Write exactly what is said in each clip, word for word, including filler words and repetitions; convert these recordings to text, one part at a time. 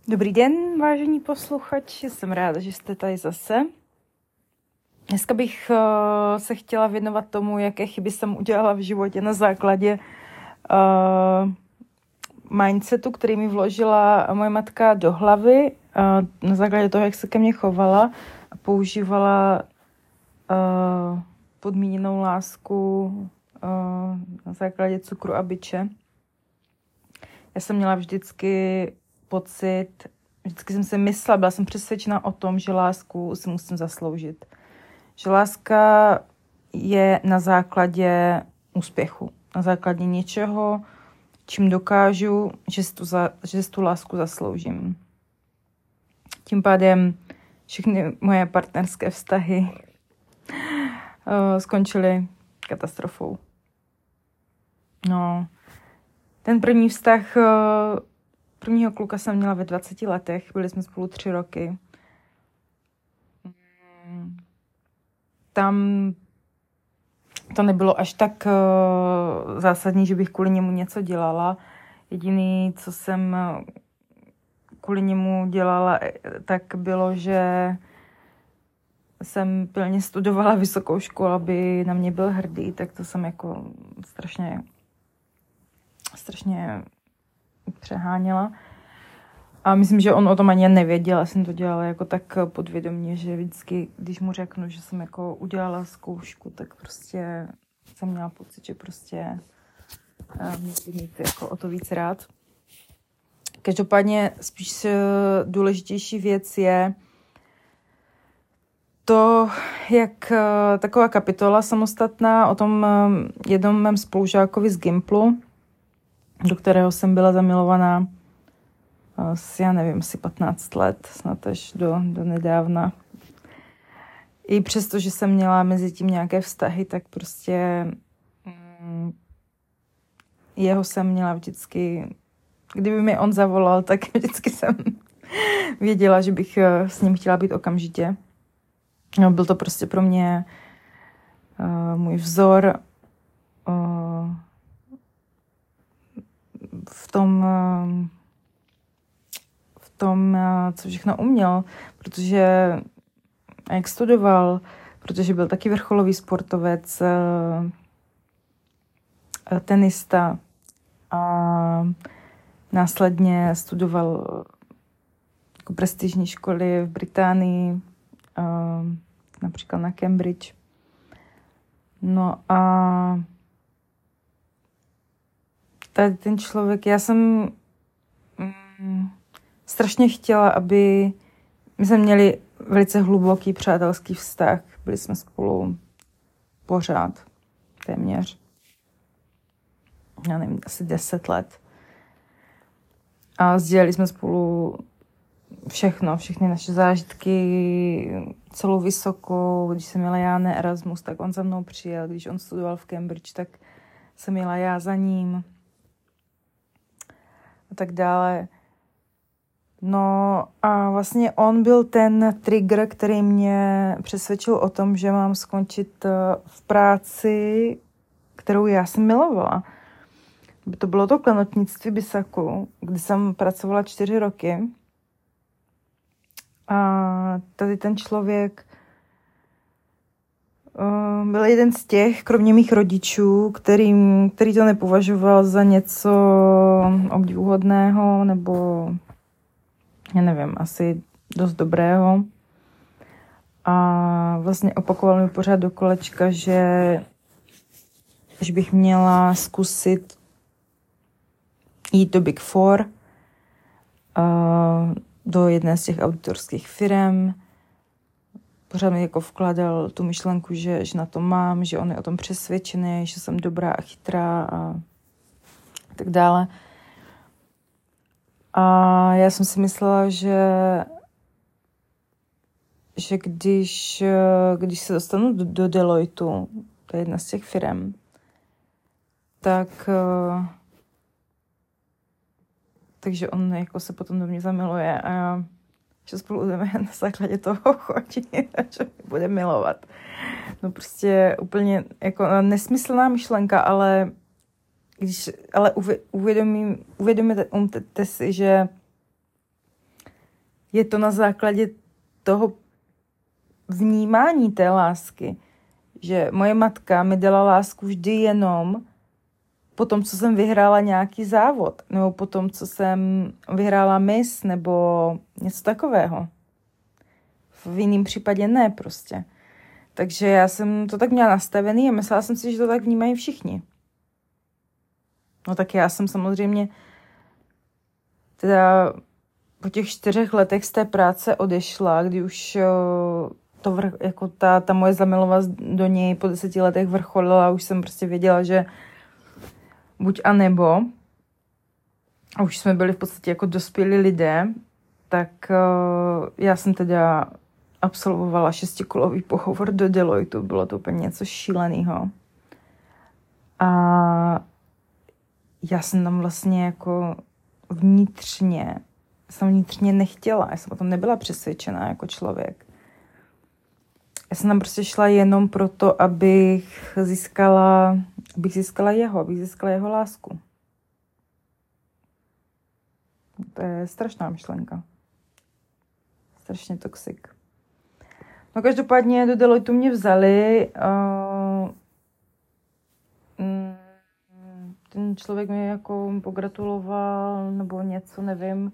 Dobrý den, vážení posluchači, jsem ráda, že jste tady zase. Dneska bych uh, se chtěla věnovat tomu, jaké chyby jsem udělala v životě na základě uh, mindsetu, který mi vložila moje matka do hlavy, uh, na základě toho, jak se ke mně chovala a používala uh, podmíněnou lásku uh, na základě cukru a biče. Já jsem měla vždycky pocit, vždycky jsem si myslela, byla jsem přesvědčena o tom, že lásku si musím zasloužit. Že láska je na základě úspěchu, na základě něčeho, čím dokážu, že si tu, za, že si tu lásku zasloužím. Tím pádem všechny moje partnerské vztahy uh, skončily katastrofou. No, ten první vztah, uh, prvního kluka jsem měla ve dvaceti letech, byli jsme spolu tři roky. Tam to nebylo až tak uh, zásadní, že bych kvůli němu něco dělala. Jediný, co jsem kvůli němu dělala, tak bylo, že jsem pilně studovala vysokou školu, aby na mě byl hrdý, tak to jsem jako strašně, strašně přeháněla. A myslím, že on o tom ani nevěděl, já jsem to dělala jako tak podvědomě, že vždycky, když mu řeknu, že jsem jako udělala zkoušku, tak prostě jsem měla pocit, že prostě musím mít jako o to víc rád. Každopádně spíš důležitější věc je to, jak taková kapitola samostatná o tom jednom mém spolužákovi z Gimplu, do kterého jsem byla zamilovaná asi, já nevím, asi patnáct let, snad až do, do nedávna. I přesto, že jsem měla mezi tím nějaké vztahy, tak prostě mm, jeho jsem měla vždycky, kdyby mi on zavolal, tak vždycky jsem věděla, že bych s ním chtěla být okamžitě. No, byl to prostě pro mě uh, můj vzor uh, v tom... Uh, tom, co všechno uměl, protože jak studoval, protože byl taky vrcholový sportovec, tenista a následně studoval jako prestižní školy v Británii, například na Cambridge. No a tady ten člověk, já jsem mm, strašně chtěla, aby my jsme měli velice hluboký přátelský vztah. Byli jsme spolu pořád, téměř. Já nevím, asi deset let. A sdělili jsme spolu všechno, všechny naše zážitky, celou vysokou. Když jsem měla já na Erasmus, tak on za mnou přijel. Když on studoval v Cambridge, tak jsem jela já za ním. A tak dále. No a vlastně on byl ten trigger, který mě přesvědčil o tom, že mám skončit v práci, kterou já jsem milovala. To bylo to klenotnictví Bisaku, kdy jsem pracovala čtyři roky. A tady ten člověk byl jeden z těch, kromě mých rodičů, který, který to nepovažoval za něco obdivuhodného nebo... já nevím, asi dost dobrého. A vlastně opakoval mi pořád do kolečka, že, že bych měla zkusit jít do Big Four, do jedné z těch auditorských firem. Pořád mi jako vkládal tu myšlenku, že, že na to mám, že on je o tom přesvědčený, že jsem dobrá a chytrá a tak dále. A já jsem si myslela, že, že když, když se dostanu do, do Deloitu, to je jedna z těch firem, tak takže on jako se potom do mě zamiluje a že spolu budeme na základě toho chodit a že mě bude milovat. No prostě úplně jako nesmyslná myšlenka, ale když, ale uvědomím, uvědomíte si, že je to na základě toho vnímání té lásky, že moje matka mi dala lásku vždy jenom po tom, co jsem vyhrála nějaký závod, nebo po tom, co jsem vyhrála Miss, nebo něco takového. V jiném případě ne prostě. Takže já jsem to tak měla nastavený a myslela jsem si, že to tak vnímají všichni. No tak já jsem samozřejmě teda po těch čtyřech letech z té práce odešla, kdy už to vrch, jako ta, ta moje zamilovanost do něj po deseti letech vrcholila a už jsem prostě věděla, že buď a nebo. A už jsme byli v podstatě jako dospělí lidé, tak uh, já jsem teda absolvovala šestikolový pohovor do Deloitu. Bylo to úplně něco šíleného. A já jsem tam vlastně jako vnitřně, jsem vnitřně nechtěla. Já jsem o tom nebyla přesvědčená jako člověk. Já jsem tam prostě šla jenom proto, abych získala, abych získala jeho, abych získala jeho lásku. To je strašná myšlenka. Strašně toxic. No každopádně do Deloitu mě vzali. Uh, ten člověk mi jako pogratuloval nebo něco, nevím.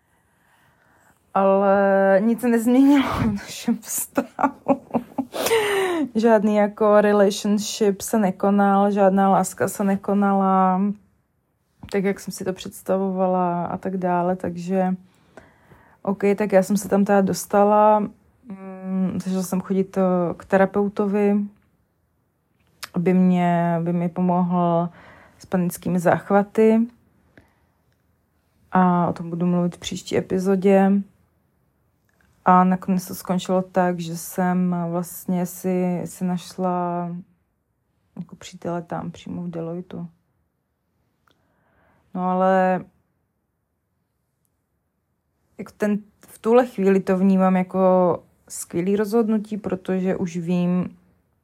Ale nic se nezměnilo v našem vztahu. Žádný jako relationship se nekonal, žádná láska se nekonala, tak jak jsem si to představovala a tak dále, takže OK, tak já jsem se tam teda dostala, mm, začala jsem chodit k terapeutovi, aby mě, aby mi pomohl s panickými záchvaty a o tom budu mluvit v příští epizodě. A nakonec to skončilo tak, že jsem vlastně si, si našla jako přítele tam přímo v Deloitu. No ale jako ten, v tuhle chvíli to vnímám jako skvělý rozhodnutí, protože už vím,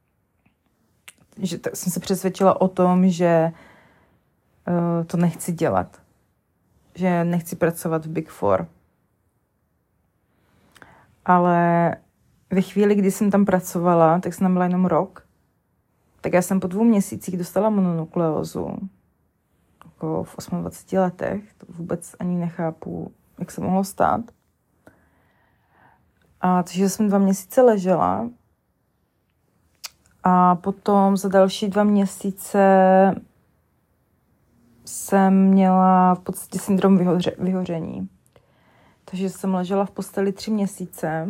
že t- jsem se přesvědčila o tom, že uh, to nechci dělat. Že nechci pracovat v Big Four. Ale ve chvíli, kdy jsem tam pracovala, tak jsem tam byla jenom rok, tak já jsem po dvou měsících dostala mononukleózu. Jako v dvaceti osmi letech. To vůbec ani nechápu, jak se mohlo stát. A takže jsem dva měsíce ležela. A potom za další dva měsíce jsem měla v podstatě syndrom vyhoře, vyhoření. Takže jsem ležela v posteli tři měsíce.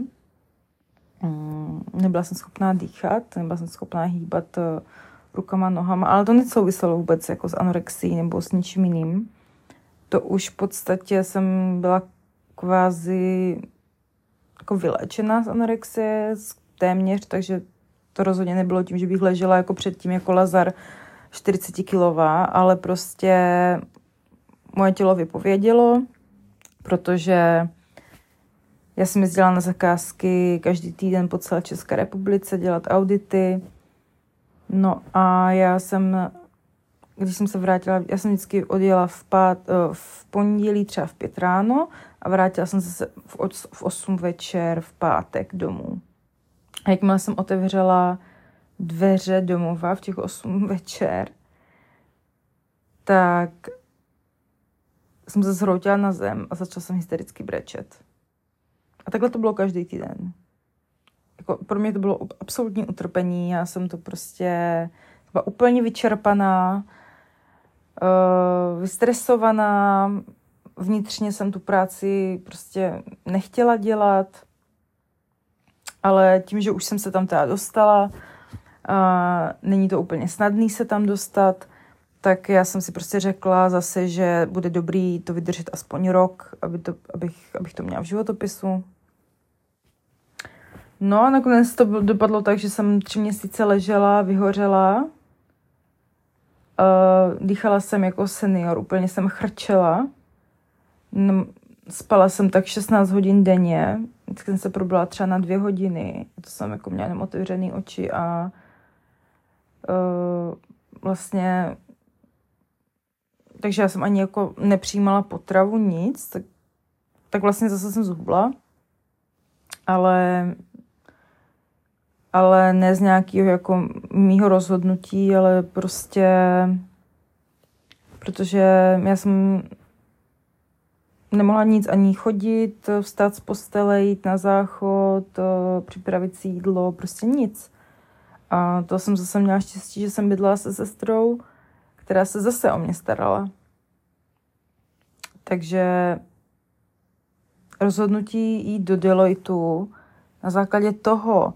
Nebyla jsem schopná dýchat, nebyla jsem schopná hýbat rukama, nohama, ale to nesouviselo vůbec jako s anorexií nebo s ničím jiným. To už v podstatě jsem byla kvázi jako vyléčená z anorexie téměř, takže to rozhodně nebylo tím, že bych ležela jako předtím jako Lazar čtyřicetikilová, ale prostě moje tělo vypovědělo, protože já jsem jezdila na zakázky každý týden po celé České republice dělat audity. No a já jsem, když jsem se vrátila, já jsem vždycky odjela v, pát, v pondělí třeba v pět ráno a vrátila jsem se v osm večer v pátek domů. A jakmile jsem otevřela dveře domova v těch osm večer, tak jsem se zhroutila na zem a začala jsem hystericky brečet. A takhle to bylo každý týden. Jako pro mě to bylo absolutní utrpení, já jsem to prostě byla úplně vyčerpaná, uh, vystresovaná, vnitřně jsem tu práci prostě nechtěla dělat, ale tím, že už jsem se tam teda dostala, uh, není to úplně snadný se tam dostat, tak já jsem si prostě řekla zase, že bude dobrý to vydržet aspoň rok, aby to, abych, abych to měla v životopisu. No a nakonec to dopadlo tak, že jsem tři měsíce ležela, vyhořela. Uh, dýchala jsem jako senior, úplně jsem chrčela. Spala jsem tak šestnáct hodin denně. Vždycky jsem se probila třeba na dvě hodiny. To jsem jako měla jenom otevřený oči a uh, vlastně takže já jsem ani jako nepřijímala potravu, nic, tak, tak vlastně zase jsem zhubla. ale, ale ne z nějakého jako mýho rozhodnutí, ale prostě protože já jsem nemohla nic ani chodit, vstát z postele, jít na záchod, připravit si jídlo, prostě nic. A to jsem zase měla štěstí, že jsem bydlela se sestrou, která se zase o mě starala. Takže rozhodnutí jít do Deloitu na základě toho,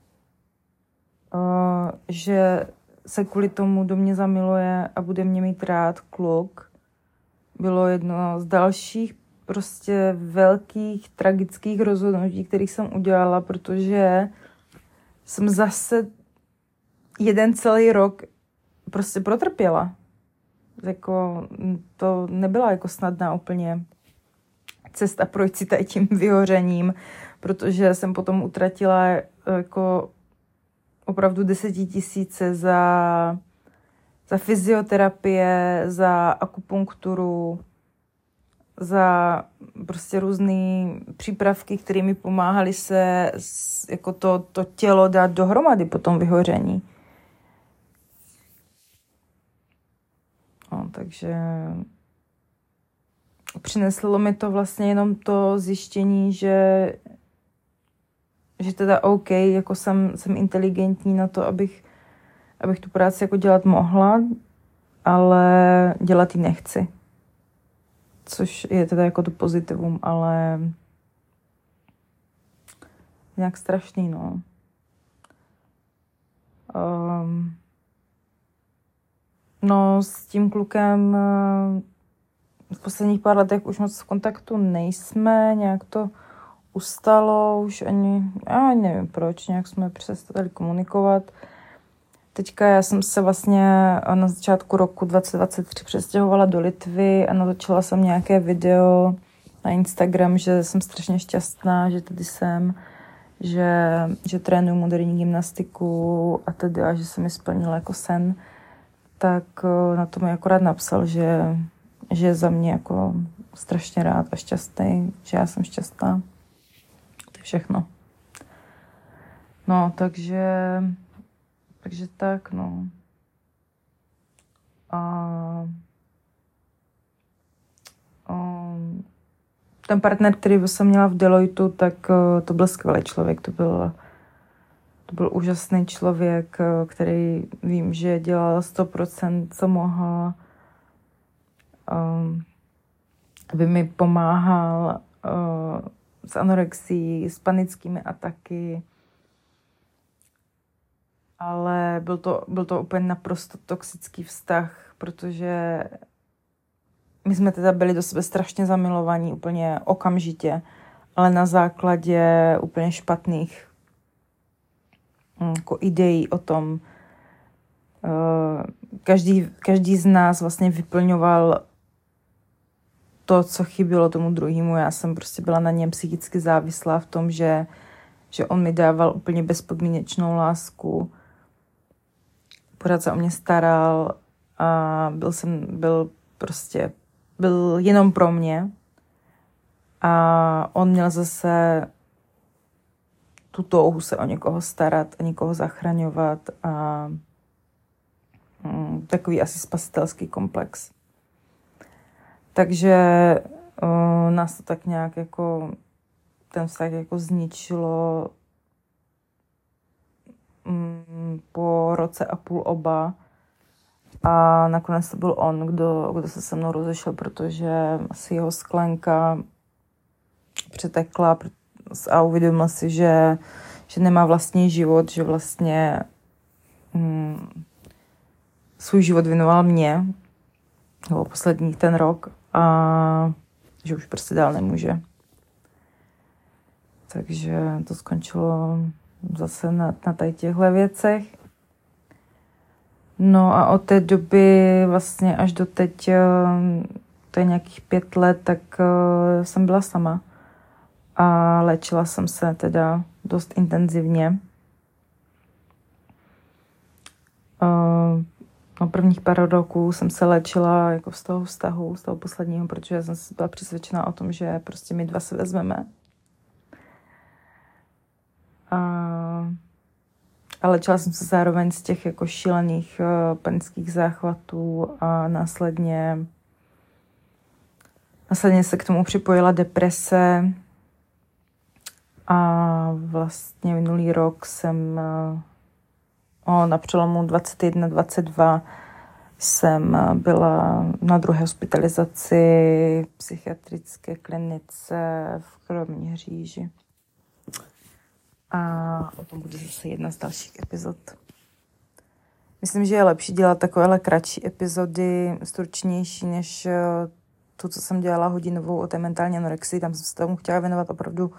že se kvůli tomu do mě zamiluje a bude mě mít rád kluk, bylo jedno z dalších prostě velkých tragických rozhodnutí, kterých jsem udělala, protože jsem zase jeden celý rok prostě protrpěla. Jako, to nebyla jako snadná úplně cesta projít si tady tím vyhořením, protože jsem potom utratila jako opravdu desetitisíce za, za fyzioterapie, za akupunkturu, za prostě různé přípravky, které mi pomáhaly se jako to, to tělo dát dohromady po tom vyhoření. No, takže přineslo mi to vlastně jenom to zjištění, že, že teda OK, jako jsem, jsem inteligentní na to, abych, abych tu práci jako dělat mohla, ale dělat ji nechci. Což je teda jako to pozitivum, ale nějak strašný, no. Um, no, s tím klukem v posledních pár letech už moc v kontaktu nejsme, nějak to ustalo, už ani, já nevím proč, nějak jsme přestali komunikovat. Teďka já jsem se vlastně na začátku roku dvacet dvacet tři přestěhovala do Litvy a natočila jsem nějaké video na Instagram, že jsem strašně šťastná, že tady jsem, že, že trénuju moderní gymnastiku a tedy a že se mi splnil jako sen. Tak na to mi akorát napsal, že, že je za mě jako strašně rád a šťastný, že já jsem šťastná. To je všechno. No, takže... Takže tak, no. A, a ten partner, který jsem měla v Deloitu, tak to byl skvělý člověk. To byl, to byl úžasný člověk, který vím, že dělal sto procent, co mohl. Aby mi pomáhal s anorexií, s panickými ataky. Ale byl to, byl to úplně naprosto toxický vztah, protože my jsme teda byli do sebe strašně zamilovaní úplně okamžitě, ale na základě úplně špatných jako ideí o tom. Každý, každý z nás vlastně vyplňoval to, co chybělo tomu druhému. Já jsem prostě byla na něm psychicky závislá v tom, že, že on mi dával úplně bezpodmínečnou lásku, pořád se o mě staral a byl jsem, byl prostě, byl jenom pro mě. A on měl zase tu touhu se o někoho starat a někoho zachraňovat a mm, takový asi spasitelský komplex. Takže uh, nás to tak nějak jako, ten vztah jako zničilo po roce a půl oba a nakonec to byl on, kdo, kdo se se mnou rozešel, protože asi jeho sklenka přetekla a uvědomil si, že, že nemá vlastní život, že vlastně hm, svůj život věnoval mně, nebo poslední ten rok a že už prostě dál nemůže. Takže to skončilo zase na, na tady těchto věcech. No a od té doby vlastně až do teď, to je nějakých pět let, tak jsem byla sama. A léčila jsem se teda dost intenzivně. No, prvních pár roků jsem se léčila jako z toho vztahu, z toho posledního, protože jsem byla přesvědčená o tom, že prostě my dva se vezmeme. A léčila jsem se zároveň z těch jako šílených uh, panických záchvatů a následně následně se k tomu připojila deprese a vlastně minulý rok jsem uh, o, na přelomu dvacet jedna dvacet dva jsem byla na druhé hospitalizaci v psychiatrické klinice v Kroměříži. A o tom bude zase jedna z dalších epizod. Myslím, že je lepší dělat takovéhle kratší epizody, stručnější, než to, co jsem dělala hodinovou o té mentální anorexii. Tam jsem se tomu chtěla věnovat opravdu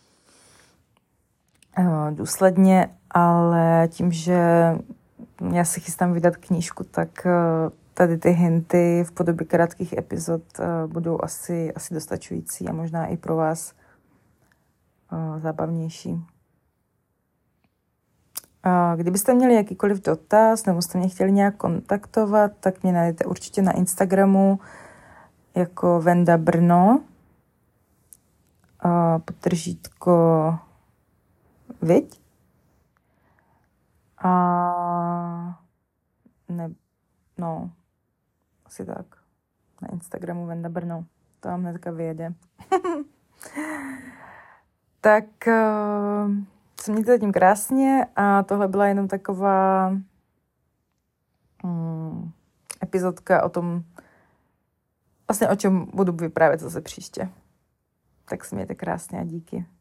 důsledně, ale tím, že já se chystám vydat knížku, tak tady ty hinty v podobě krátkých epizod budou asi, asi dostačující a možná i pro vás zábavnější. Kdybyste měli jakýkoliv dotaz nebo jste mě chtěli nějak kontaktovat, tak mě najdete určitě na Instagramu jako Venda Brno, podtržítko viď. A ne, no, asi tak. Na Instagramu Venda Brno. To vám hnedka vyjede. Tak uh, se mějte zatím krásně a tohle byla jenom taková um, epizodka o tom, vlastně o čem budu vyprávět zase příště. Tak se mějte krásně a díky.